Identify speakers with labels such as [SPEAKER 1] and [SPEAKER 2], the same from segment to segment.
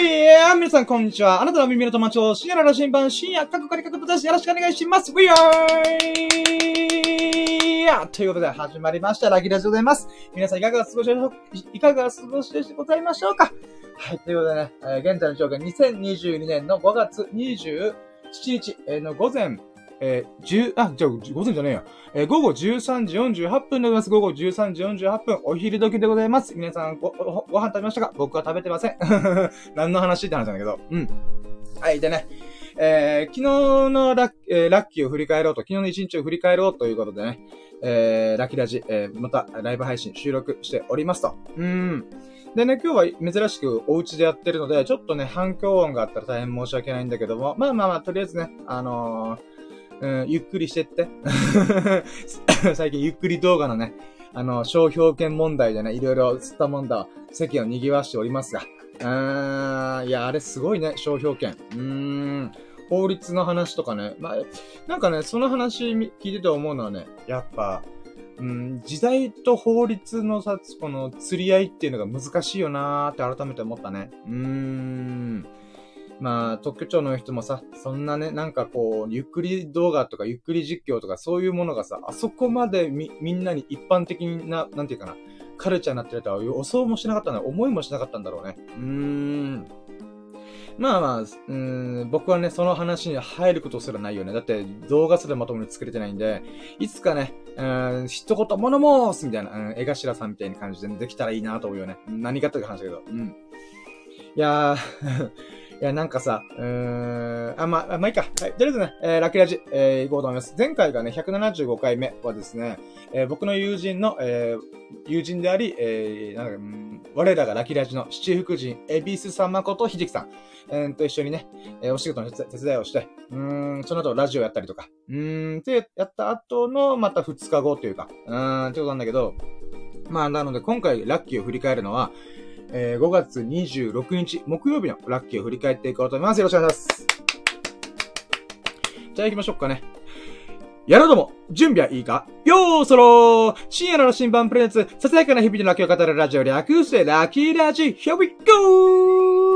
[SPEAKER 1] 皆さんこんにちは。あなたの耳の友達を深夜の新版深夜カクカリカクプです。よろしくお願いします。ということで始まりましたラギラジでございます。皆さんいかがお過ごしでございましょうか。はい、ということでね、現在の状況2022年の5月27日の午前午前じゃねえよ。午後13時48分でございます。午後13時48分、お昼時でございます。皆さんご飯食べましたか？僕は食べてません。何の話って話なんだけど。うん。はい、でね、昨日のラッキーを振り返ろうと、昨日の一日を振り返ろうということでね、ラッキーラジ、またライブ配信収録しておりますと。でね、今日は珍しくお家でやってるので、ちょっとね、反響音があったら大変申し訳ないんだけども、まあ、とりあえずね、ゆっくりしてって。最近ゆっくり動画のね、商標権問題でね、いろいろ吸ったもんだ、世間を賑わしておりますが。いや、あれすごいね、商標権。法律の話とかね。まあ、なんかね、その話聞いてて思うのはね、やっぱ、時代と法律のさ、この釣り合いっていうのが難しいよなーって改めて思ったね。まあ、特許庁の人もさ、そんなね、なんかこう、ゆっくり動画とかゆっくり実況とかそういうものがさ、あそこまでみんなに一般的な、なんていうかな、カルチャーになってるとは予想もしなかったんだ、思いもしなかったんだろうね。僕はね、その話に入ることすらないよね。だって、動画すらまともに作れてないんで、いつかね、一言物申すみたいな、江頭さんみたいな感じでできたらいいなと思うよね。何かという話だけど。いやー、いや、なんかさ、まあ、いいか。はい。とりあえずね、ラッキーラジ、行こうと思います。前回がね、175回目はですね、僕の友人の、友人であり、我らがラッキーラジの七福神、恵比寿様ことひじきさん、と一緒にね、お仕事の手伝いをして、その後ラジオやったりとか、ってやった後の、また2日後というか、ってことなんだけど、まあ、なので今回ラッキーを振り返るのは、5月26日木曜日のラッキーを振り返っていこうと思います。よろしくお願いします。じゃあ行きましょうかね。やろうども、準備はいいか？よーそろー！深夜の新版プレゼンツ、ささやかな日々のラッキーを語るラジオ略してラッキーラジ、Here we go！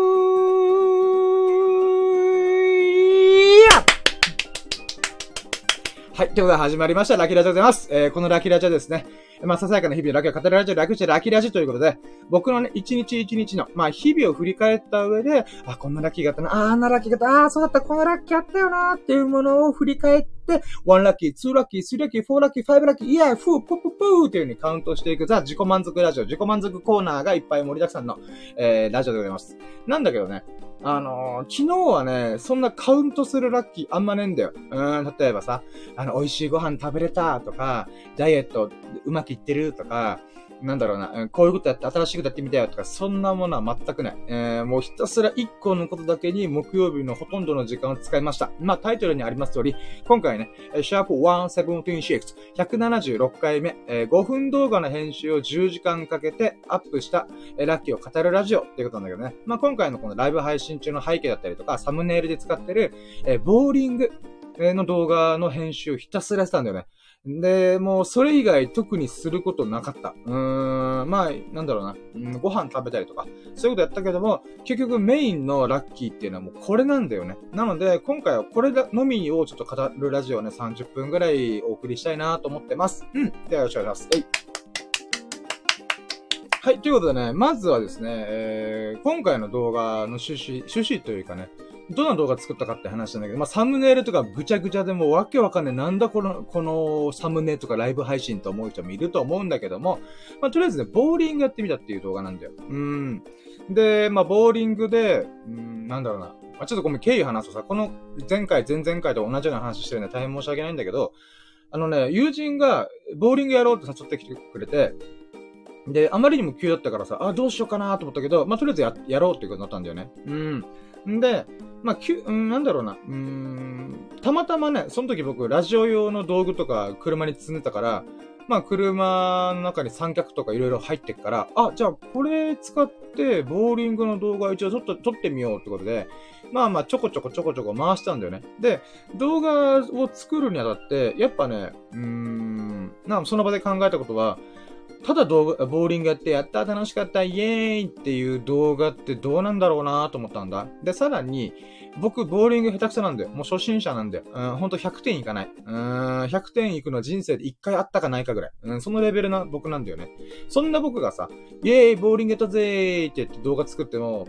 [SPEAKER 1] はい、ということで始まりましたラッキーラジでございます。このラッキーラジはですね、まあ、ささやかな日々のラッキーを語るラジオ略してラッキーラジということで、僕のね、一日一日の、まあ、日々を振り返った上で、こんなラッキーがあったな、あんなラッキーがあった、そうだった、このラッキーあったよな、っていうものを振り返って、1ラッキー、2ラッキー、3ラッキー、4ラッキー、5ラッキー、イヤー、フー、ポッポッポーっていう風にカウントしていく自己満足ラジオ、自己満足コーナーがいっぱい盛りだくさんの、ラジオでございます。なんだけどね、昨日はね、そんなカウントするラッキーあんまねえんだよ。例えばさ、美味しいご飯食べれたとか、ダイエットうまくいってるとか、なんだろうな、こういうことやって、新しいことやってみたよとか、そんなものは全くない。もうひたすら一個のことだけに木曜日のほとんどの時間を使いました。まあタイトルにあります通り、今回ね、シャープ176、176回目、5分動画の編集を10時間かけてアップした、ラッキーを語るラジオっていうことなんだけどね。まあ今回のこのライブ配信中の背景だったりとか、サムネイルで使ってる、ボーリングの動画の編集をひたすらしたんだよね。で、もうそれ以外特にすることなかった。まあ、なんだろうな、ご飯食べたりとか、そういうことやったけども、結局メインのラッキーっていうのはもうこれなんだよね。なので、今回はこれのみをちょっと語るラジオをね、30分ぐらいお送りしたいなと思ってます。ではよろしくお願いします。はい、ということでね、まずはですね、今回の動画の趣旨というかね、どんな動画作ったかって話なんだけど、まあ、サムネイルとかぐちゃぐちゃでもわけわかんない。なんだこのサムネとかライブ配信と思う人もいると思うんだけども、まあ、とりあえずね、ボーリングやってみたっていう動画なんだよ。で、まあ、ボーリングで、なんだろうな。まあ、ちょっとごめん、経緯話すとさ、この前回、前々回と同じような話してるんで大変申し訳ないんだけど、友人がボーリングやろうって誘ってきてくれて、で、あまりにも急だったからさ、どうしようかなと思ったけど、まあ、とりあえずやろうっていうことになったんだよね。で、まあ、なんだろうな。たまたまね、その時僕、ラジオ用の道具とか車に積んでたから、まあ、車の中に三脚とかいろいろ入ってっから、じゃあ、これ使って、ボーリングの動画を一応ちょっと撮ってみようってことで、まあまあ、ちょこちょこ回したんだよね。で、動画を作るにあたって、やっぱね、その場で考えたことは、 ただボーリングやって、やった楽しかった、イエーイっていう動画ってどうなんだろうなと思ったんだ。で、さらに、僕、ボーリング下手くそなんだよ。もう初心者なんだよ。ほんと100点いかない。100点いくの人生で1回あったかないかぐらい。そのレベルな僕なんだよね。そんな僕がさ、イエーイ、ボーリングやったぜーって言って動画作っても、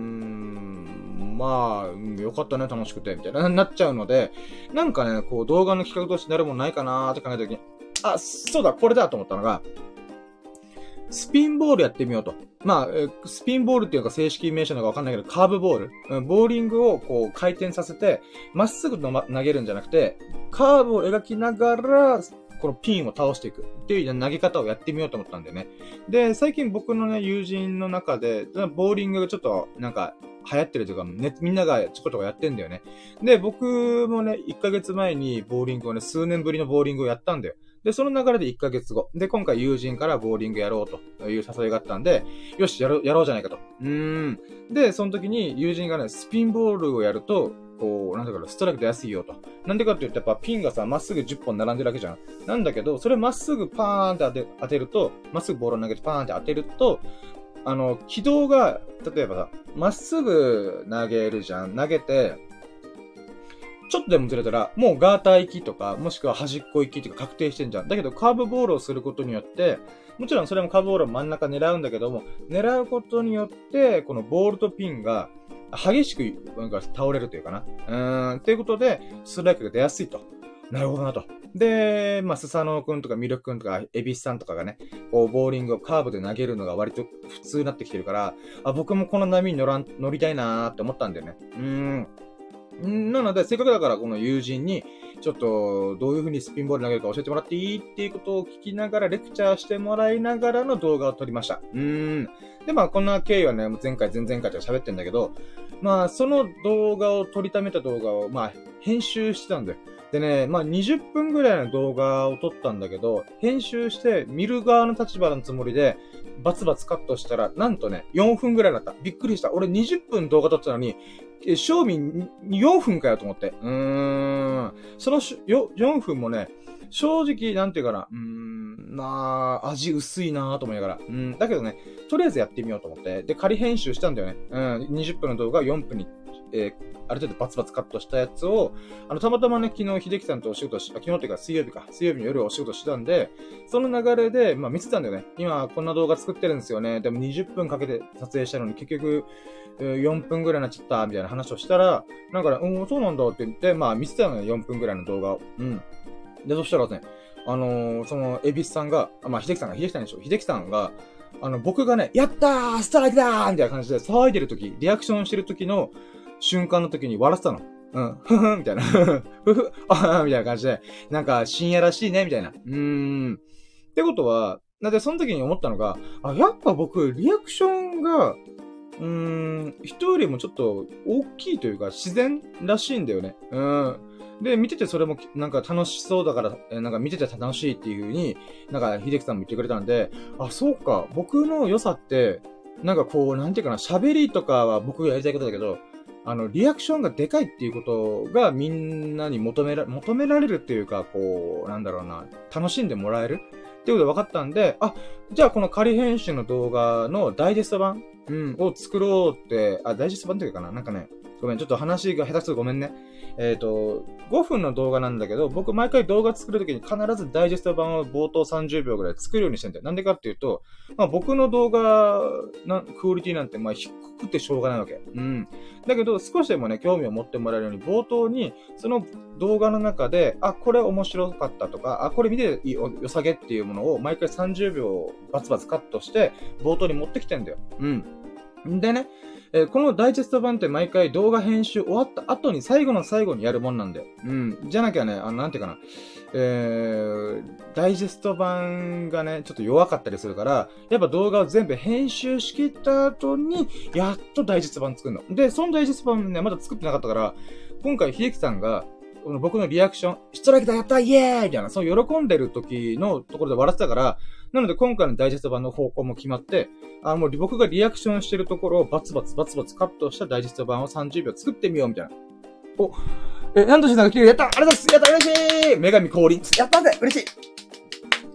[SPEAKER 1] まあ、よかったね、楽しくて、みたいな、なっちゃうので、なんかね、こう動画の企画としてなるもんないかなーって考えたときに、あ、そうだ、これだと思ったのが、スピンボールやってみようと。まあ、スピンボールっていうか正式名称なのかわかんないけど、カーブボール。ボーリングをこう回転させて、まっすぐ投げるんじゃなくて、カーブを描きながら、このピンを倒していくっていう投げ方をやってみようと思ったんだよね。で、最近僕のね、友人の中で、ボーリングがちょっと、なんか、流行ってるというか、ね、みんながちょこちょこやってんだよね。で、僕もね、1ヶ月前にボーリングをね、数年ぶりのボーリングをやったんだよ。で、その流れで1ヶ月後。で、今回友人からボーリングやろうという誘いがあったんで、よし、やろうじゃないかと。で、その時に友人がね、スピンボールをやると、こう、なんだかストライク出やすいよと。なんでかって言うと、やっぱピンがさ、まっすぐ10本並んでるわけじゃん。なんだけど、それまっすぐパーンって当てると、まっすぐボールを投げてパーンって当てると、軌道が、例えばさ、まっすぐ投げるじゃん。投げて、ちょっとでもずれたら、もうガーター行きとか、もしくは端っこ行きとか確定してんじゃん。だけど、カーブボールをすることによって、もちろんそれもカーブボールを真ん中狙うんだけども、狙うことによって、このボールとピンが、激しく、なんか倒れるというかな。っていうことで、ストライクが出やすいと。なるほどなと。で、まあ、スサノオくんとかミルクくんとかエビスさんとかがね、こう、ボーリングをカーブで投げるのが割と普通になってきてるから、僕もこの波に乗りたいなーって思ったんだよね。なので、せっかくだからこの友人に、ちょっと、どういう風にスピンボール投げるか教えてもらっていいっていうことを聞きながら、レクチャーしてもらいながらの動画を撮りました。で、まあ、こんな経緯はね、前回、前々回とか喋ってんだけど、まあ、その動画を撮りためた動画を、まあ、編集してたんだよ。でね、まあ、20分ぐらいの動画を撮ったんだけど、編集して見る側の立場のつもりで、バツバツカットしたら、なんとね、4分ぐらいだった。びっくりした。俺20分動画撮ってたのに、賞味4分かよと思って。その4分もね、正直、なんていうかな、まあ、味薄いなぁと思いながら。だけどね、とりあえずやってみようと思って。で、仮編集したんだよね。20分の動画を4分に、ある程度バツバツカットしたやつを、たまたまね、昨日、秀樹さんとお仕事昨日っていうか水曜日の夜お仕事してたんで、その流れで、まあ見てたんだよね。今、こんな動画作ってるんですよね。でも20分かけて撮影したのに結局、4分ぐらいになっちゃった、みたいな話をしたら、なんかね、そうなんだって言って、まあ見てたのね、4分ぐらいの動画を。で、そしたらね、その、エビスさんが、まあ、秀樹さんでしょ。秀樹さんが、僕がね、やったーストライクだーみたいな感じで騒いでる時、リアクションしてる時の瞬間の時に笑ってたの。ふふみたいな。ふふ、あーみたいな感じで、なんか、深夜らしいねみたいな。ってことは、だってその時に思ったのが、やっぱ僕、リアクションが、人よりもちょっと大きいというか、自然らしいんだよね。で、見ててそれもなんか楽しそうだから、なんか見てて楽しいっていう風に、なんか秀樹さんも言ってくれたんで、そうか、僕の良さって、なんかこう、なんていうかな、喋りとかは僕がやりたいことだけど、リアクションがでかいっていうことがみんなに求められるっていうか、こう、なんだろうな、楽しんでもらえるっていうことが分かったんで、じゃあこの仮編集の動画のダイジェスト版、を作ろうって、ダイジェスト版っていうかな、なんかね、ごめん、ちょっと話が下手くそごめんね。5分の動画なんだけど、僕毎回動画作るときに必ずダイジェスト版を冒頭30秒ぐらい作るようにしてんだよ。なんでかっていうと、まあ僕の動画クオリティなんてまあ低くてしょうがないわけ。だけど少しでもね、興味を持ってもらえるように冒頭に、その動画の中で、これ面白かったとか、これ見てよさげっていうものを毎回30秒バツバツカットして冒頭に持ってきてんだよ。でね、このダイジェスト版って毎回動画編集終わった後に最後の最後にやるもんなんだよ。じゃなきゃね、なんていうかな、ダイジェスト版がね、ちょっと弱かったりするから、やっぱ動画を全部編集しきった後に、やっとダイジェスト版作るの。で、そのダイジェスト版ね、まだ作ってなかったから、今回秀樹さんが、僕のリアクション、ストライクだやったイエーイみたいな、そう喜んでる時のところで笑ってたから、なので今回のダイジェスト版の方向も決まって、もう僕がリアクションしてるところをバツバツカットしたダイジェスト版を30秒作ってみようみたいな。なんとしさんが来てるやったありがとうございますやった嬉しい女神降臨やったぜ嬉しい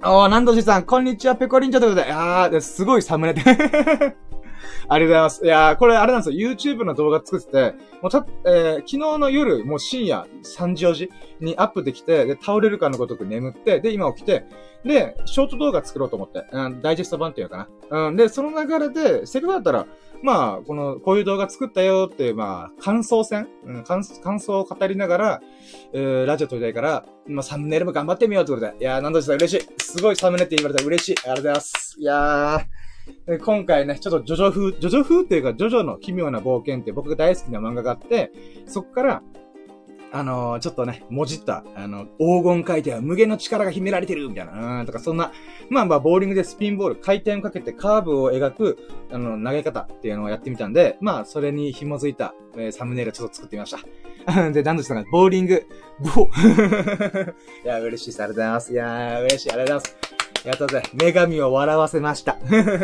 [SPEAKER 1] 南道さん、こんにちは、ペコリンチョということで、すごいサムネで。ありがとうございます。いやー、これあれなんですよ。YouTube の動画作ってて、もう昨日の夜、もう深夜3時4時にアップできて、で、倒れるかのごとく眠って、で、今起きて、で、ショート動画作ろうと思って、ダイジェスト版っていうのかな。で、その流れで、せっかくだったら、まあ、こういう動画作ったよっていう、まあ、感想戦、感想を語りながら、ラジオ撮りたいから、まあ、サムネイルも頑張ってみようってことで。いやー、なんとしたら嬉しい。すごいサムネって言われたら嬉しい。ありがとうございます。いやー、今回ね、ちょっとジョジョ風っていうか、ジョジョの奇妙な冒険って僕が大好きな漫画があって、そっから、ちょっとね、もじった、黄金回転は無限の力が秘められてるみたいな、とかそんな、まあ、ボーリングでスピンボール、回転をかけてカーブを描く、投げ方っていうのをやってみたんで、まあ、それに紐づいた、サムネイルをちょっと作ってみました。で、なんとしたか、ボーリング、いや、嬉しいです。ありがとうございます。いや嬉しい。ありがとうございます。やったぜ。女神を笑わせました。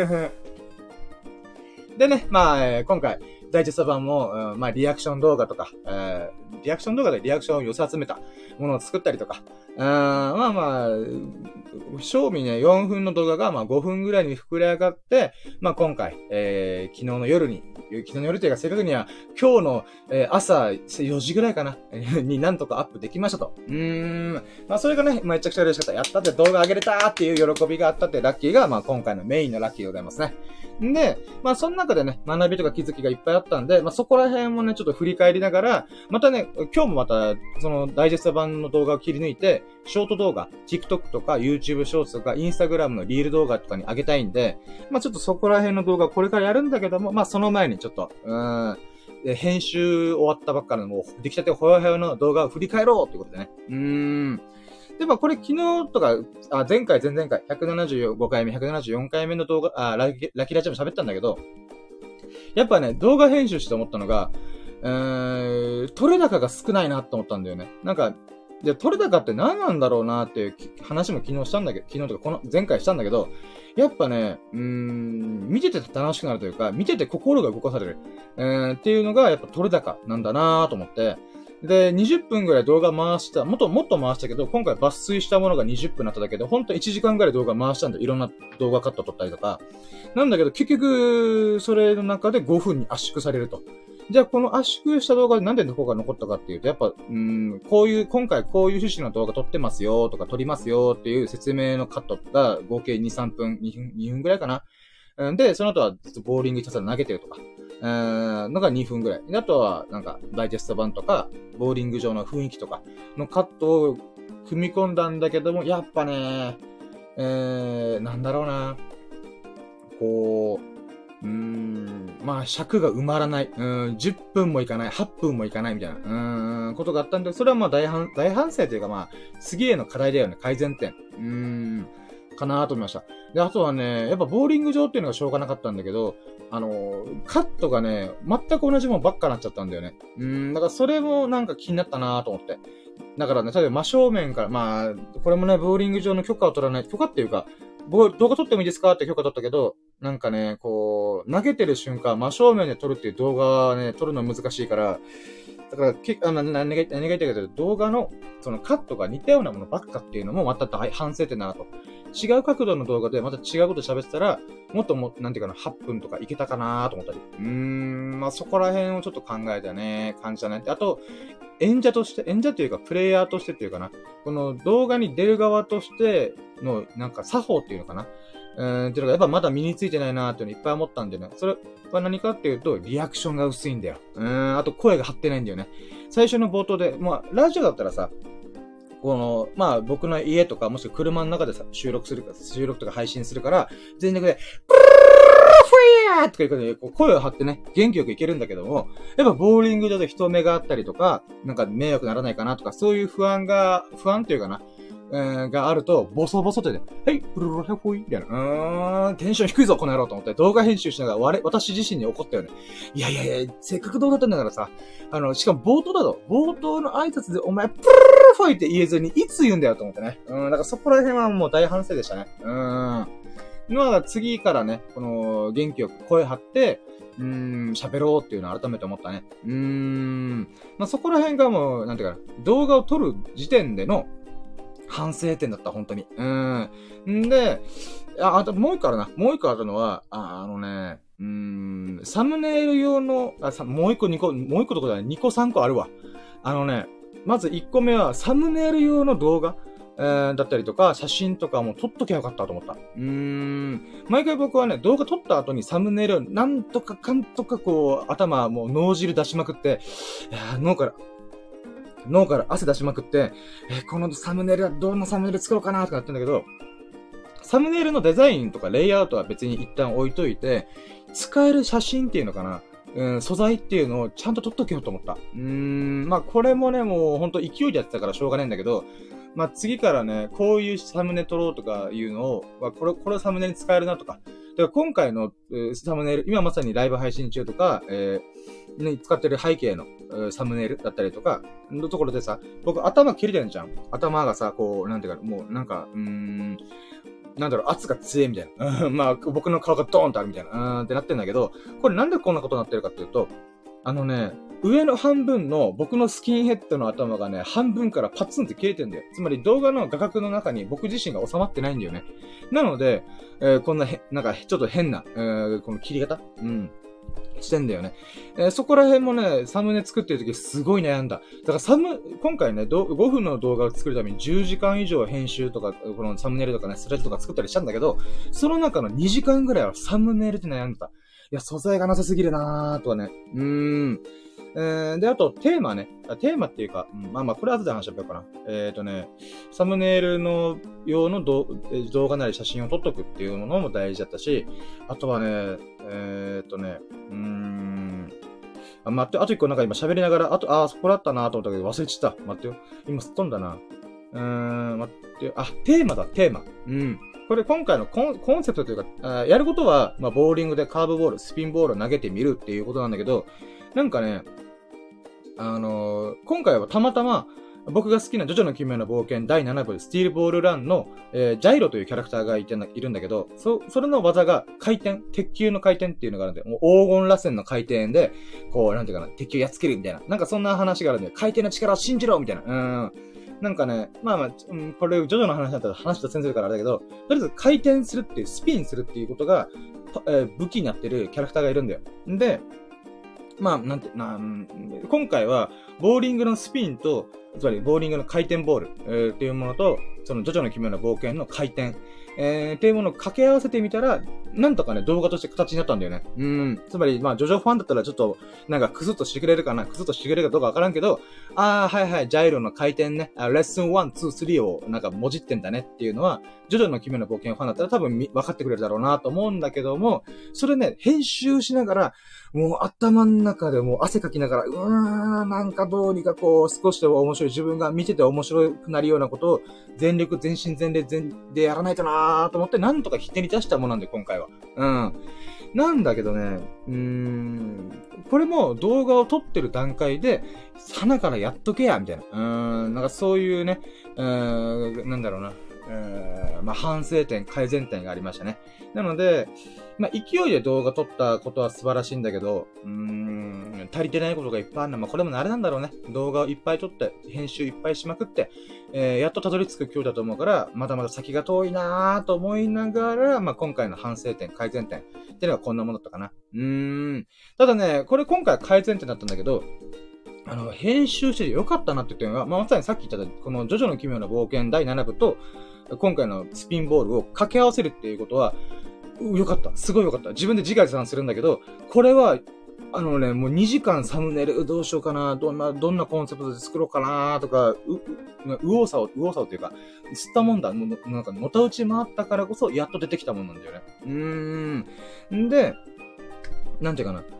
[SPEAKER 1] でね、まあ、今回、ダイジェスト版も、まあ、リアクション動画とか、リアクション動画でリアクションを寄せ集めたものを作ったりとか、まあまあ、賞味ね、4分の動画が、まあ5分ぐらいに膨れ上がって、まあ今回、昨日の夜というか正確には、今日の、朝4時ぐらいかな、になんとかアップできましたと。まあそれがね、めちゃくちゃ嬉しかった。やったって動画上げれたーっていう喜びがあったってラッキーが、まあ今回のメインのラッキーでございますね。で、まあその中でね、学びとか気づきがいっぱいあったんで、まあそこら辺もね、ちょっと振り返りながら、またね、今日もまた、そのダイジェスト版の動画を切り抜いて、ショート動画、TikTok とか YouTube ショーツとか Instagram のリール動画とかに上げたいんで、まあちょっとそこら辺の動画これからやるんだけども、まあその前にちょっと、編集終わったばっかりのもう出来たてほやほやの動画を振り返ろうってことでね。で、まあ、これ昨日とか、前回、前々回、175回目、174回目の動画、ラキラジオも喋ったんだけど、やっぱね、動画編集して思ったのが、取れ高が少ないなって思ったんだよね。なんか、で、取れ高って何なんだろうなっていう話も昨日したんだけど、昨日とか前回したんだけど、やっぱね、見てて楽しくなるというか、見てて心が動かされる、っていうのがやっぱ取れ高なんだなと思って、で、20分ぐらい動画回した、もっと回したけど、今回抜粋したものが20分になっただけで、ほんと1時間ぐらい動画回したんで、いろんな動画カット撮ったりとか。なんだけど、結局、それの中で5分に圧縮されると。じゃあ、この圧縮した動画でなんでここが残ったかっていうと、やっぱ、今回こういう趣旨の動画撮ってますよとか撮りますよっていう説明のカットが合計2、3分、2分ぐらいかな。で、その後はボーリングひたすら投げてるとか。のが2分ぐらい。あとは、なんか、ダイジェスト版とか、ボーリング場の雰囲気とかのカットを組み込んだんだけども、やっぱね、なんだろうな。こう、まあ、尺が埋まらない。10分もいかない、8分もいかないみたいな、ことがあったんで、それはまあ大反省というかまあ、次への課題だよね、改善点。かなと思いました。で、あとはね、やっぱボーリング場っていうのがしょうがなかったんだけど、カットがね、全く同じもんばっかなっちゃったんだよね。だからそれもなんか気になったなと思って。だからね、例えば真正面から、まあ、これもね、ボーリング場の許可を取らない、許可っていうか、動画撮ってもいいですかって許可取ったけど、なんかね、こう、投げてる瞬間、真正面で撮るっていう動画はね、撮るの難しいから、だから、何が言いたいかというと、動画の、そのカットが似たようなものばっかっていうのもまた反省点だなと。違う角度の動画でまた違うこと喋ってたら、もっとなんていうかな、8分とかいけたかなと思ったり。まあ、そこら辺をちょっと考えたね、感じだね。あと、演者というか、プレイヤーとしてっていうかな、この動画に出る側としての、なんか作法っていうのかな。っていうのがやっぱまだ身についてないなーっていうのいっぱい思ったんでね。それは何かっていうと、リアクションが薄いんだよ。あと声が張ってないんだよね。最初の冒頭で、まあ、ラジオだったらさ、まあ、僕の家とか、もしくは車の中でさ、収録とか配信するから、全力で、プルルルフィーとかいうことで、声を張ってね、元気よくいけるんだけども、やっぱボーリング場で人目があったりとか、なんか迷惑ならないかなとか、そういう不安っていうかな、があると、ボソボソってね、はい、プルルルフィーみたいな、テンション低いぞ、この野郎と思って、動画編集しながら、私自身に怒ったよね。いや、せっかく動画撮ってんだからさ、しかも冒頭の挨拶で、お前、プルルルフィーって言えずに、いつ言うんだよと思ってね。だからそこら辺はもう大反省でしたね。次からね、元気よく声張って、喋ろうっていうのを改めて思ったね。まあ、そこら辺がもう、なんていうかな、動画を撮る時点での、 反省点だった、本当に。んで、あともう一個あるな。もう一個あるのは、サムネイル用の、もう一個2個、もう一個とかじゃない、2個3個あるわ。まず1個目は、サムネイル用の動画、だったりとか、写真とかも撮っときゃよかったと思った。毎回僕はね、動画撮った後にサムネイルをなんとかかんとかこう、頭もう脳汁出しまくって、脳から汗出しまくって、このサムネイルはどんなサムネイル作ろうかなとかやってんだけど、サムネイルのデザインとかレイアウトは別に一旦置いといて、使える写真っていうのかな、素材っていうのをちゃんと撮っとけようと思った。まあこれもね、もうほんと勢いでやってたからしょうがないんだけど、まあ次からね、こういうサムネ撮ろうとかいうのを、これサムネに使えるなとか。だから今回の、サムネイル、今まさにライブ配信中とか、使ってる背景の、サムネイルだったりとか、のところでさ、僕頭切れてるじゃん。頭がさ、こう、なんていうか、もうなんか、なんだろう、圧が強いみたいな。まあ、僕の顔がドーンとあるみたいな。ってなってんだけど、これなんでこんなことになってるかっていうと、上の半分の僕のスキンヘッドの頭がね、半分からパツンって切れてんだよ。つまり動画の画角の中に僕自身が収まってないんだよね。なので、こんななんかちょっと変な、この切り方してんだよね。そこら辺もね、サムネ作ってる時すごい悩んだ。だから今回ね、5分の動画を作るために10時間以上編集とか、このサムネイルとかね、スライドとか作ったりしたんだけど、その中の2時間ぐらいはサムネイルで悩んでた。いや、素材がなさすぎるなーとはね。で、あと、テーマね。テーマっていうか、まあ、これ後で話しようかな。サムネイルの用の動画なり写真を撮っとくっていうものも大事だったし、あとはね、待って、あと一個なんか今喋りながら、そこだったなと思ったけど忘れちゃった。待ってよ。今すっ飛んだな。待ってよ。テーマだ、テーマ。これ今回のコンセプトというか、やることは、まあ、ボーリングでカーブボール、スピンボールを投げてみるっていうことなんだけど、なんかね、今回はたまたま、僕が好きなジョジョの奇妙な冒険第7部スティールボールランの、ジャイロというキャラクターがいるんだけど、それの技が回転、鉄球の回転っていうのがあるんで、もう黄金螺旋の回転で、こう、なんていうかな、鉄球やっつけるみたいな。なんかそんな話があるんで、回転の力を信じろみたいな。なんかね、これ、ジョジョの話だったら話と先生からあれだけど、とりあえず回転するっていう、スピンするっていうことが、武器になってるキャラクターがいるんだよ。で、今回は、ボーリングのスピンと、つまり、ボーリングの回転ボール、っていうものと、その、ジョジョの奇妙な冒険の回転、っていうものを掛け合わせてみたら、なんとかね、動画として形になったんだよね。つまり、ジョジョファンだったらちょっと、なんか、クスッとしてくれるかどうかわからんけど、はいはい、ジャイロの回転ね、レッスン1、2、3をなんか、もじってんだねっていうのは、ジョジョの奇妙な冒険ファンだったら多分分かってくれるだろうなと思うんだけども、それね、編集しながら、もう頭の中でもう汗かきながら、なんかどうにかこう、少しでも面白い、自分が見てて面白くなるようなことを、全力、全身、全霊でやらないとなーと思って、なんとかひってに出したものなんで、今回は。なんだけどね、これも動画を撮ってる段階で、鼻からやっとけや、みたいな。なんかそういうね、なんだろうな。反省点、改善点がありましたね。なので、勢いで動画撮ったことは素晴らしいんだけど、足りてないことがいっぱいあるの。これも慣れなんだろうね。動画をいっぱい撮って、編集いっぱいしまくって、やっとたどり着く今日だと思うから、まだまだ先が遠いなぁと思いながら、今回の反省点、改善点っていうのがこんなものだったかな。ただね、これ今回は改善点だったんだけど、編集してよかったなって言ったのが、まさにさっき言った、このジョジョの奇妙な冒険第7部と、今回のスピンボールを掛け合わせるっていうことは、よかった。すごいよかった。自分で自画自賛するんだけど、これは、もう2時間サムネイルどうしようかな、どんなコンセプトで作ろうかなとか、右往左往っていうか、吸ったもんだ、なんか、のたうち回ったからこそ、やっと出てきたもんなんだよね。で、なんていうかな、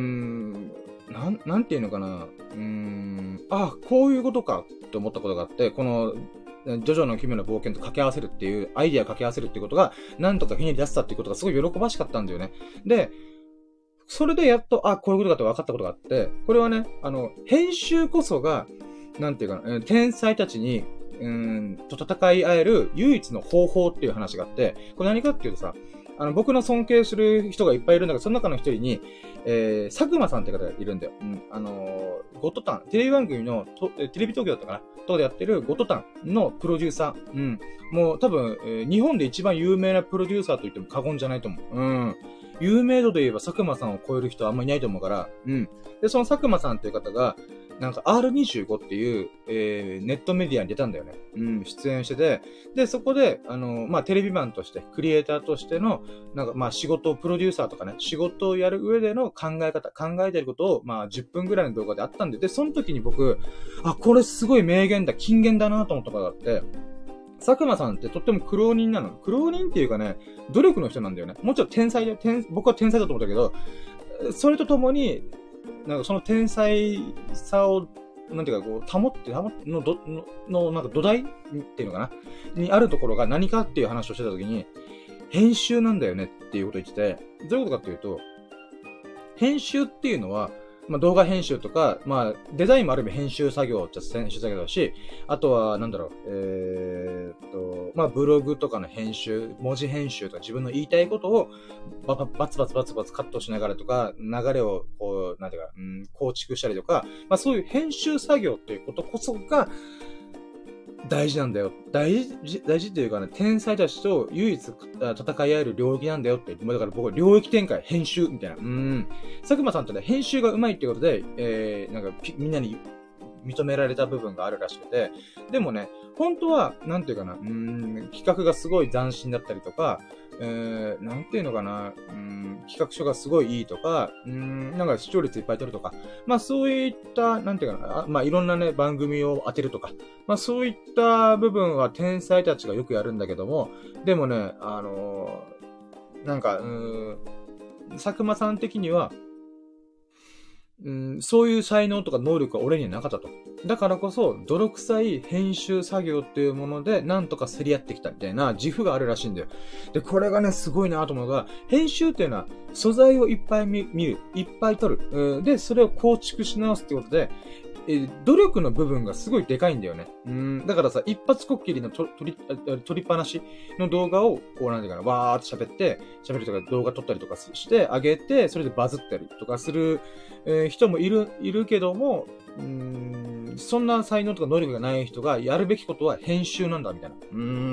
[SPEAKER 1] なんていうのかな、こういうことか、って思ったことがあって、この、ジョジョの奇妙な冒険と掛け合わせるっていう、アイディア掛け合わせるっていうことが、なんとかひねり出せたっていうことがすごい喜ばしかったんだよね。で、それでやっと、こういうことかって分かったことがあって、これはね、編集こそが、なんていうかな、天才たちに、と戦い合える唯一の方法っていう話があって、これ何かっていうとさ、 僕の尊敬する人がいっぱいいるんだけど、その中の一人に、佐久間さんって方がいるんだよ。ゴッドタン、テレビ番組の、テレビ東京だったかなとでやってるゴッドタンのプロデューサー。もう多分、日本で一番有名なプロデューサーと言っても過言じゃないと思う。有名度で言えば佐久間さんを超える人はあんまりいないと思うから、で、その佐久間さんっていう方が、なんか R25 っていう、ネットメディアに出たんだよね。出演してて。で、そこで、テレビマンとして、クリエイターとしての、なんか仕事、プロデューサーとかね、仕事をやる上での考え方、考えてることを、10分ぐらいの動画であったんで、で、その時に僕、これすごい名言だ、金言だなと思ったことがあって、佐久間さんってとっても苦労人なの。苦労人っていうかね、努力の人なんだよね。もちろん天才で、僕は天才だと思ったけど、それとともに、なんかその天才さを、なんていうかこう、なんか土台っていうのかなにあるところが何かっていう話をしてた時に、編集なんだよねっていうことを言ってて、どういうことかっていうと、編集っていうのは、動画編集とか、デザインもある意味編集作業って編集作業だし、あとは、ブログとかの編集、文字編集とか自分の言いたいことをバツバツカットしながらとか、流れをこう、構築したりとか、そういう編集作業っていうことこそが、大事なんだよ。大事っていうかね、天才たちと唯一戦い合える領域なんだよって。だから僕は領域展開、編集みたいな。佐久間さんってね、編集が上手いってことで、みんなに認められた部分があるらしくて。でもね、本当は、なんていうかな、企画がすごい斬新だったりとか、なんていうのかな、企画書がすごいいいとか、なんか視聴率いっぱい取るとか、そういった、なんていうかな、いろんなね、番組を当てるとか、そういった部分は天才たちがよくやるんだけども、でもね、佐久間さん的には、そういう才能とか能力は俺にはなかったと。だからこそ、泥臭い編集作業っていうもので、なんとか競り合ってきたみたいな自負があるらしいんだよ。で、これがね、すごいなと思うのが、編集っていうのは、素材をいっぱい見る、いっぱい撮る。で、それを構築し直すってことで、努力の部分がすごいでかいんだよね。だからさ、一発こっきりの撮りっぱなしの動画を、こうなんていうかな、わーって喋るとか動画撮ったりとかしてあげて、それでバズったりとかする、人もいるけども、そんな才能とか能力がない人がやるべきことは編集なんだ、みたいな。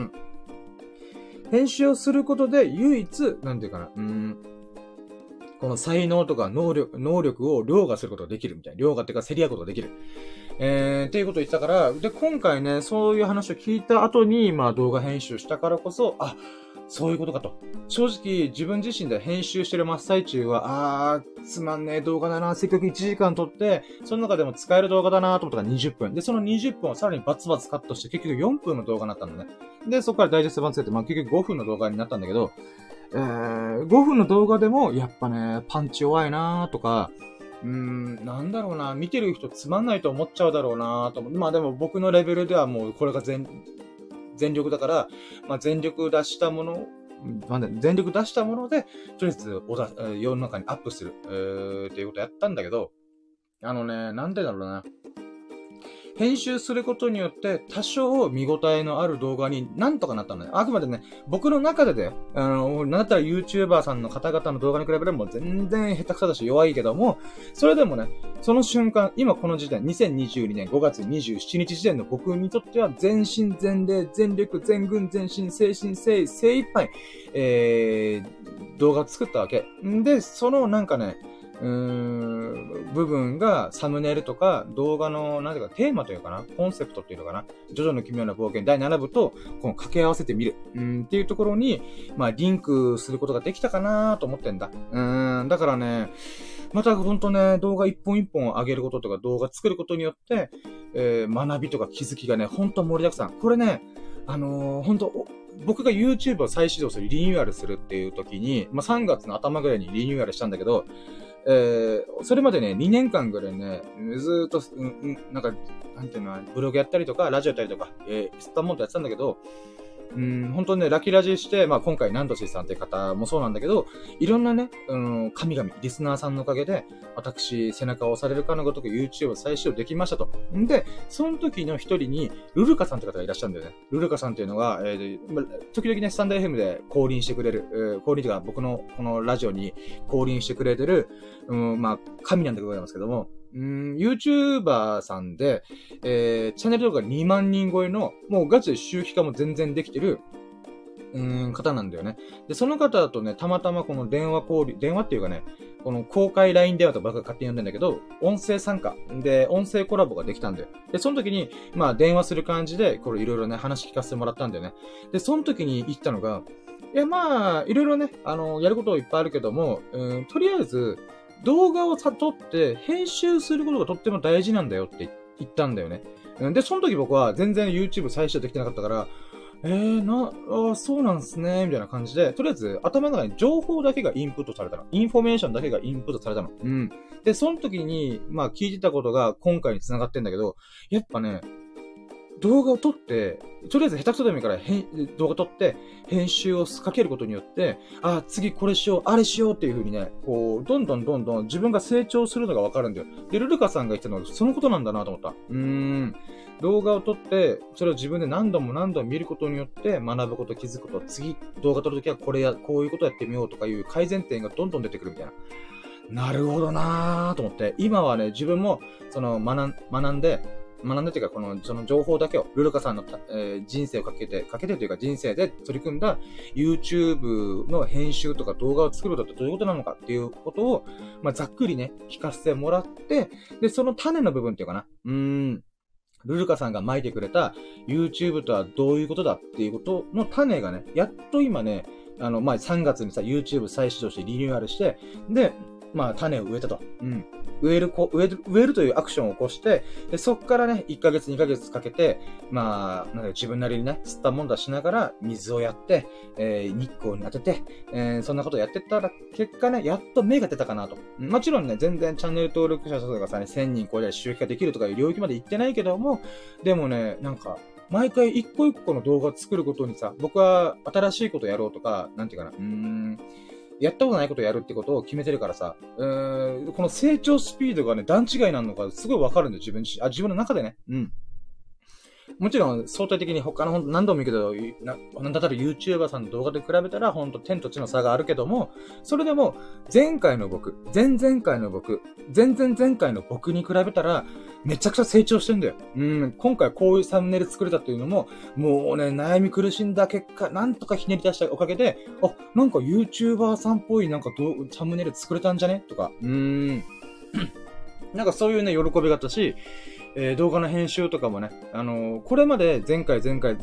[SPEAKER 1] 編集をすることで唯一、なんていうかな、この才能とか能力を凌駕することができるみたいな。凌駕っていうか競り合うことができる。っていうことを言ってたから、で、今回ね、そういう話を聞いた後に、動画編集したからこそ、そういうことかと。正直、自分自身で編集してる真っ最中は、つまんねえ動画だな、せっかく1時間撮って、その中でも使える動画だなと思ったら20分。で、その20分をさらにバツバツカットして、結局4分の動画になったんだね。で、そこからダイジェスト版つけて、結局5分の動画になったんだけど、5分の動画でも、やっぱね、パンチ弱いなーとか、なんだろうな、見てる人つまんないと思っちゃうだろうなーと思って、でも僕のレベルではもうこれが全力だから、全力出したもので、とりあえず世の中にアップする、っていうことやったんだけど、なんでだろうな。編集することによって多少見応えのある動画になんとかなったのね。あくまでね、僕の中でだよ。なんだったら YouTuber さんの方々の動画に比べればもう全然下手くそだし弱いけども、それでもね、その瞬間、今この時点、2022年5月27日時点の僕にとっては全身全霊、全力、全軍、全身、精神、精一杯、動画作ったわけ。で、そのなんかね、部分がサムネイルとか動画のなんていうかテーマというかなコンセプトっていうのかなジョジョの奇妙な冒険第7部とこの掛け合わせてみるっていうところにリンクすることができたかなと思ってんだ。だからねまたほんとね動画一本一本上げることとか動画作ることによって、学びとか気づきがねほんと盛りだくさん。これねほんと僕が YouTube を再始動するリニューアルするっていう時に3月の頭ぐらいにリニューアルしたんだけどそれまでね、2年間ぐらいね、ずーっと、なんか、なんていうの、ブログやったりとか、ラジオやったりとか、スタモンとやってたんだけど、 本当にね、ラッキーラジして、まあ今回、ナンドシーさんっていう方もそうなんだけど、いろんなね、神々、リスナーさんのおかげで、私、背中を押されるかのごとく YouTube を再視聴できましたと。んで、その時の一人に、ルルカさんって方がいらっしゃるんだよね。ルルカさんっていうのが、時々ね、スタンド FM で降臨してくれる、降臨というか、僕のこのラジオに降臨してくれてる、まあ、神なんでございますけども、YouTuber さんで、チャンネル動画2万人超えの、もうガチで収益化も全然できてる、方なんだよね。で、その方とね、たまたまこの電話っていうかね、この公開 LINE 電話と僕が勝手に呼んでんだけど、音声参加で、音声コラボができたんだよ。で、その時に、まあ電話する感じで、これいろいろね、話聞かせてもらったんだよね。で、その時に言ったのが、いや、まあ、いろいろね、やることいっぱいあるけども、とりあえず、動画を撮って編集することがとっても大事なんだよって言ったんだよね。で、その時僕は全然 YouTube 再生できてなかったから、そうなんすね、みたいな感じで、とりあえず頭の中に情報だけがインプットされたの。インフォメーションだけがインプットされたの。で、その時に、まあ聞いてたことが今回に繋がってんだけど、やっぱね、動画を撮って、とりあえず下手くそでもいいから動画撮って、編集をかけることによって、次これしよう、あれしようっていう風にね、こう、どんどん自分が成長するのがわかるんだよ。で、ルルカさんが言ったのはそのことなんだなと思った。動画を撮って、それを自分で何度も見ることによって学ぶこと、気づくこと、次動画撮るときはこういうことやってみようとかいう改善点がどんどん出てくるみたいな。なるほどなぁと思って、今はね、自分も、学んでっていうか、その情報だけを、ルルカさんの、人生をかけてというか人生で取り組んだ YouTube の編集とか動画を作ることってどういうことなのかっていうことを、まあ、ざっくりね、聞かせてもらって、で、その種の部分っていうかな。ルルカさんが撒いてくれた YouTube とはどういうことだっていうことの種がね、やっと今ね、まあ、3月にさ、YouTube 再始動してリニューアルして、で、まあ、種を植えたと。植えるというアクションを起こして、で、そっからね、1ヶ月2ヶ月かけて、まあ、自分なりにね、吸ったもんだしながら、水をやって、日光に当てて、そんなことをやってったら、結果ね、やっと芽が出たかなと。もちろんね、全然チャンネル登録者数がさ、ね、1000人超えたり収益化できるとかいう領域まで行ってないけども、でもね、なんか、毎回一個一個の動画を作ることにさ、僕は新しいことやろうとか、なんていうかな、やったことないことをやるってことを決めてるからさ、この成長スピードがね、段違いなのかすごいわかるんだよ、自分の中でね。もちろん、相対的に他の何度も言うけど、なんだったら YouTuber さんの動画で比べたら、ほんと天と地の差があるけども、それでも、前々回の僕に比べたら、めちゃくちゃ成長してんだよ。今回こういうサムネイル作れたっていうのも、もうね、悩み苦しんだ結果、なんとかひねり出したおかげで、なんか YouTuber さんっぽいなんかサムネイル作れたんじゃねとか、なんかそういうね、喜びがあったし、動画の編集とかもね、これまで前々回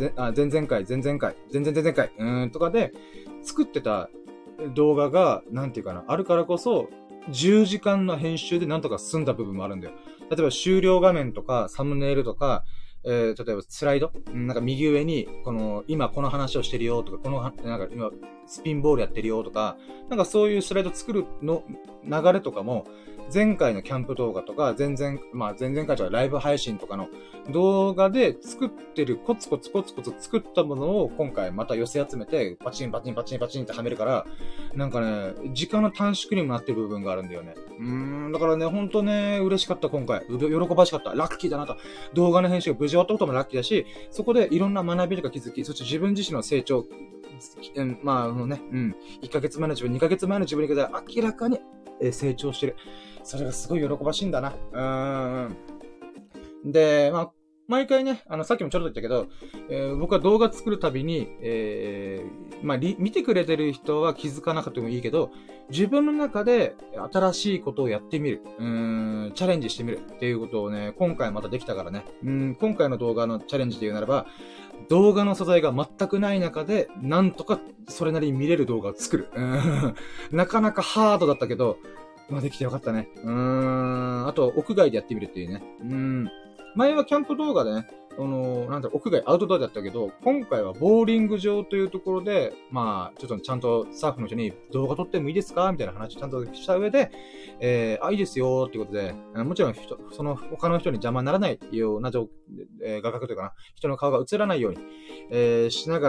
[SPEAKER 1] とかで作ってた動画が、なんていうかな、あるからこそ、10時間の編集でなんとか済んだ部分もあるんだよ。例えば終了画面とか、サムネイルとか、例えばスライドなんか右上に、今この話をしてるよとか、なんか今、スピンボールやってるよとか、なんかそういうスライド作るの流れとかも、前回のキャンプ動画とか、前々回とかライブ配信とかの動画で作ってるコツコツ作ったものを今回また寄せ集めて、パチンってはめるから、なんかね、時間の短縮にもなってる部分があるんだよね。だからね、ほんとね、嬉しかった今回。喜ばしかった。ラッキーだなと。動画の編集が無事終わったこともラッキーだし、そこでいろんな学びとか気づき、そして自分自身の成長、1ヶ月前の自分、2ヶ月前の自分に比べたら明らかに成長してる。それがすごい喜ばしいんだな。で、まあ、毎回ね、さっきもちょろっと言ったけど、僕は動画作るたびに、見てくれてる人は気づかなくてもいいけど、自分の中で新しいことをやってみる。チャレンジしてみるっていうことをね、今回またできたからね。今回の動画のチャレンジで言うならば、動画の素材が全くない中で、なんとかそれなりに見れる動画を作る。なかなかハードだったけど、できてよかったね。あと、屋外でやってみるっていうね。前はキャンプ動画でね、屋外、アウトドアだったけど、今回はボーリング場というところで、ちょっとちゃんとスタッフの人に動画撮ってもいいですかみたいな話をちゃんとした上で、いいですよっていうことで、もちろんその他の人に邪魔にならないような画角というかな、人の顔が映らないように、しながら、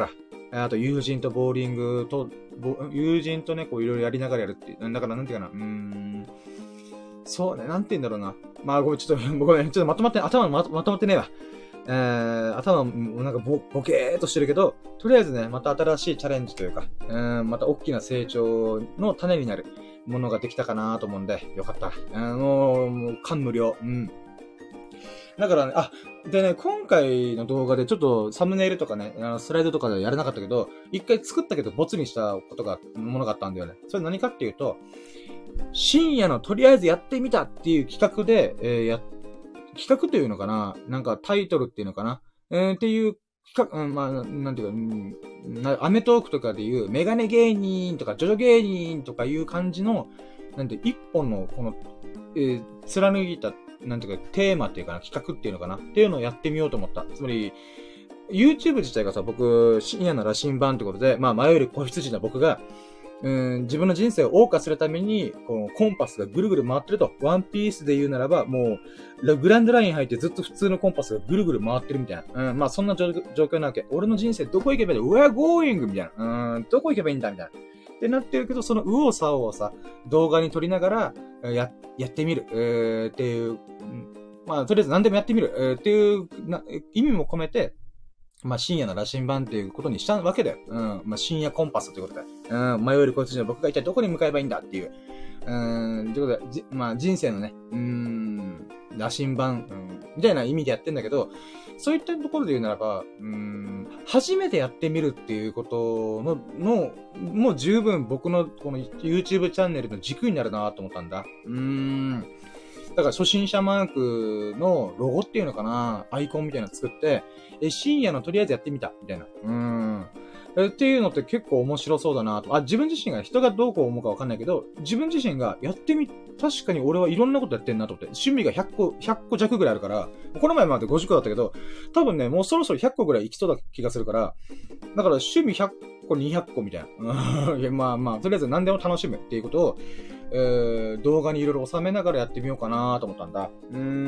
[SPEAKER 1] あと友人とボーリングと、友人とね、こういろいろやりながらやるっていう。だからなんていうかな、そうね、なんて言うんだろうな。まあごめん、ちょっと、ごめん、ちょっとまとまって、頭まとまってねえわ。頭もなんかボケーっとしてるけど、とりあえずね、また新しいチャレンジというか、また大きな成長の種になるものができたかなと思うんで、よかった。もう感無量。だからね、でね、今回の動画でちょっとサムネイルとかね、スライドとかでやれなかったけど、一回作ったけどボツにしたものがあったんだよね。それ何かっていうと、深夜のとりあえずやってみたっていう企画で、企画というのかな、なんかタイトルっていうのかな、っていう企画、まあ、なんていうか、アメトークとかでいうメガネ芸人とかジョジョ芸人とかいう感じの、なんて一本のこの、貫いた、なんていうか、テーマっていうかな、企画っていうのかなっていうのをやってみようと思った。つまり、YouTube 自体がさ、僕、深夜の羅針盤ってことで、まあ、前より子羊な僕が、自分の人生を謳歌するために、このコンパスがぐるぐる回ってると。ワンピースで言うならば、もう、グランドライン入ってずっと普通のコンパスがぐるぐる回ってるみたいな。まあそんな状況なわけ。俺の人生どこ行けばいいんだ ?Where going? みたいな。どこ行けばいいんだみたいな。ってなってるけど、その右往左往をさ、動画に撮りながら、やってみる。っていう、まあとりあえず何でもやってみる。っていう意味も込めて、まあ、深夜の羅針盤っていうことにしたわけだよ。まあ、深夜コンパスということで。迷えるこいつじゃ僕が一体どこに向かえばいいんだっていう。ということで、まあ、人生のね、羅針盤、みたいな意味でやってんだけど、そういったところで言うならば、初めてやってみるっていうことの、もう十分僕のこの YouTube チャンネルの軸になるなと思ったんだ。だから初心者マークのロゴっていうのかな、アイコンみたいなの作って、深夜のとりあえずやってみた、みたいな。っていうのって結構面白そうだなと。自分自身が人がどうこう思うかわかんないけど、自分自身がやって確かに俺はいろんなことやってんなと思って。趣味が100個弱ぐらいあるから、この前まで50個だったけど、多分ね、もうそろそろ100個ぐらいいきそうだ気がするから、だから趣味100個、200個みたいな。いやまあ、とりあえず何でも楽しむっていうことを、動画にいろいろ収めながらやってみようかなと思ったんだ。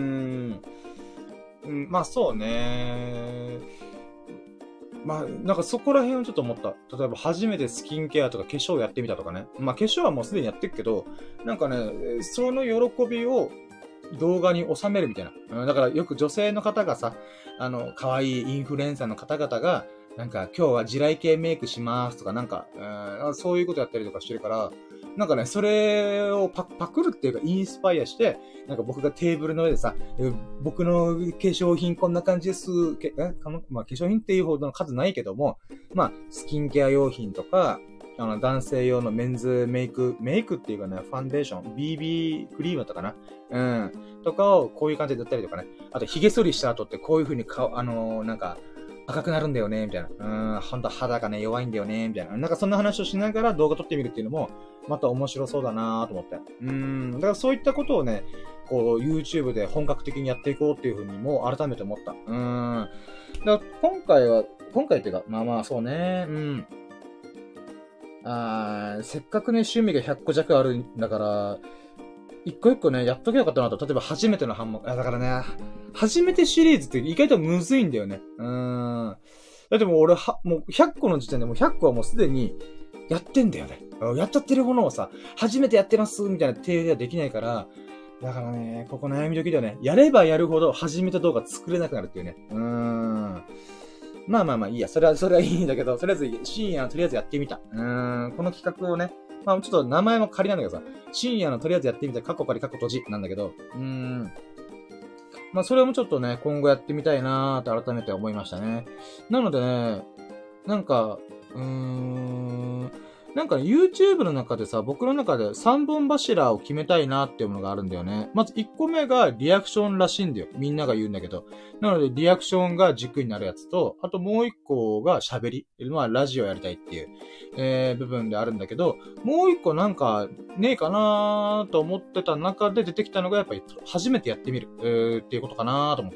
[SPEAKER 1] まあそうね。まあ、なんかそこら辺をちょっと思った。例えば初めてスキンケアとか化粧やってみたとかね。まあ化粧はもうすでにやってるけど、なんかね、その喜びを動画に収めるみたいな。だからよく女性の方がさ、可愛いインフルエンサーの方々が、なんか今日は地雷系メイクしますとかなんか、そういうことやったりとかしてるから、なんかね、それをパクるっていうかインスパイアして、なんか僕がテーブルの上でさ、僕の化粧品こんな感じです。まあ化粧品っていうほどの数ないけども、まあスキンケア用品とか、男性用のメンズメイクっていうかね、ファンデーション、BB クリームとかな。とかをこういう感じでやったりとかね。あと、髭剃りした後ってこういう風になんか、赤くなるんだよね、みたいな。ほんと肌がね、弱いんだよね、みたいな。なんかそんな話をしながら動画撮ってみるっていうのも、また面白そうだなと思って。だからそういったことをね、こう、YouTube で本格的にやっていこうっていう風にも改めて思った。だから今回っていうか、まあそうね、せっかくね、趣味が100個弱あるんだから、一個一個ね、やっとけばよかったなと。例えば初めてのハンモック。だからね、初めてシリーズって意外とむずいんだよね。だってもう俺もう100個の時点でもう100個はもうすでにやってんだよね。やっちゃってるものをさ、初めてやってますみたいな定義はできないから、だからね、ここ悩み時だよね。やればやるほど初めて動画作れなくなるっていうね。まあいいや。それはいいんだけど、とりあえず深夜のとりあえずやってみた。この企画をね、まあちょっと名前も仮なんだけどさ、深夜のとりあえずやってみた、カッコ仮カッコ閉じなんだけど、まあそれもちょっとね、今後やってみたいなーって改めて思いましたね。なのでね、なんかね、YouTube の中でさ、僕の中で3本柱を決めたいなっていうものがあるんだよね。まず1個目がリアクションらしいんだよ。みんなが言うんだけど。なのでリアクションが軸になるやつと、あともう1個が喋り。まあラジオやりたいっていう、部分であるんだけど、もう1個なんかねえかなーと思ってた中で出てきたのがやっぱり初めてやってみる、っていうことかなーと思って。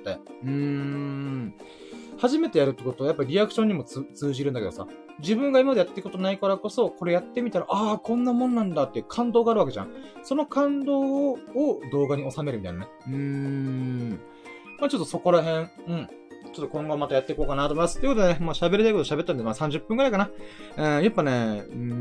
[SPEAKER 1] 初めてやるってことはやっぱりリアクションにも通じるんだけどさ、自分が今までやってることないからこそ、これやってみたら、こんなもんなんだっていう感動があるわけじゃん。その感動を動画に収めるみたいなね。まあちょっとそこら辺、 ちょっと今後またやっていこうかなと思います。ということでね、まあ喋りたいこと喋ったんで、まあ30分くらいかな。やっぱね、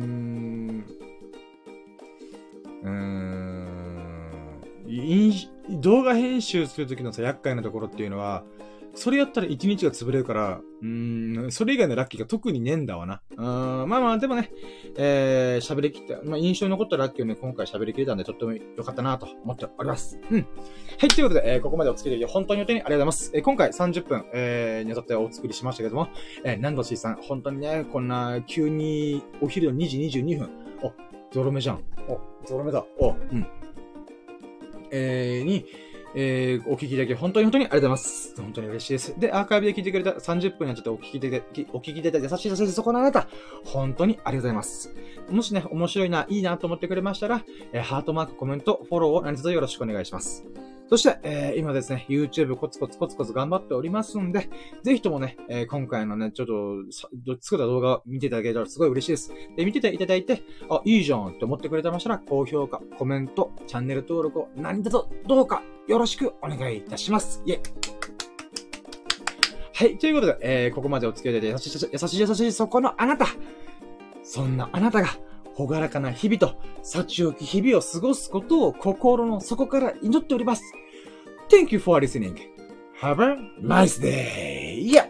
[SPEAKER 1] 動画編集するときのさ、厄介なところっていうのは、それやったら1日が潰れるから、それ以外のラッキーが特にねえんだわな。まあでもね、喋りきった、まあ印象に残ったラッキーをね、今回喋りきれたんで、とっても良かったなと思っております。はい、ということで、ここまでお付き合い本当に本当にありがとうございます。今回30分、にわたってお作りしましたけども、何度 C さん、本当にね、こんな、急に、お昼の2時22分、ゾロ目じゃん。ゾロ目だ。お聞きいただき本当に本当にありがとうございます。本当に嬉しいです。で、アーカイブで聞いてくれた30分にはちょっとお聞きいただいた優しいそこのあなた、本当にありがとうございます。もしね、面白いな、いいなと思ってくれましたら、ハートマーク、コメント、フォローを何卒よろしくお願いします。そして、今ですね、YouTube コツコツ頑張っておりますんで、ぜひともね、今回のね、ちょっと、作った動画を見ていただけたらすごい嬉しいです。で、見ていただいて、いいじゃんって思ってくれてましたら、高評価、コメント、チャンネル登録を何卒どうかよろしくお願いいたします。イェイ。はい、ということで、ここまでお付き合いいただいて優しいそこのあなた。そんなあなたが、ほがらかな日々と、幸よき日々を過ごすことを心の底から祈っております。Thank you for listening. Have a nice day. Yeah!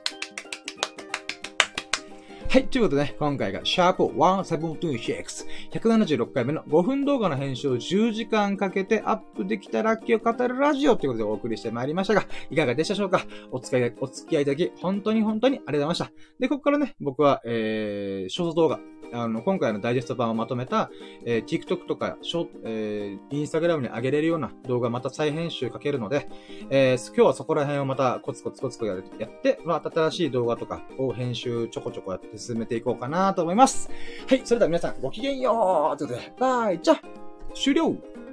[SPEAKER 1] はい、ということでね、今回がシャープ176、176回目の5分動画の編集を10時間かけてアップできたラッキーを語るラジオということでお送りしてまいりましたが、いかがでしたでしょうか？お付き合いいただき、本当に本当にありがとうございました。で、ここからね、僕は、ショート動画、今回のダイジェスト版をまとめた、TikTok とか、Instagram に上げれるような動画また再編集かけるので、今日はそこら辺をまたコツコツやって、まあ、新しい動画とかを編集ちょこちょこやって進めていこうかなと思います。はい、それでは皆さんごきげんようということで、バイ、じゃあ、終了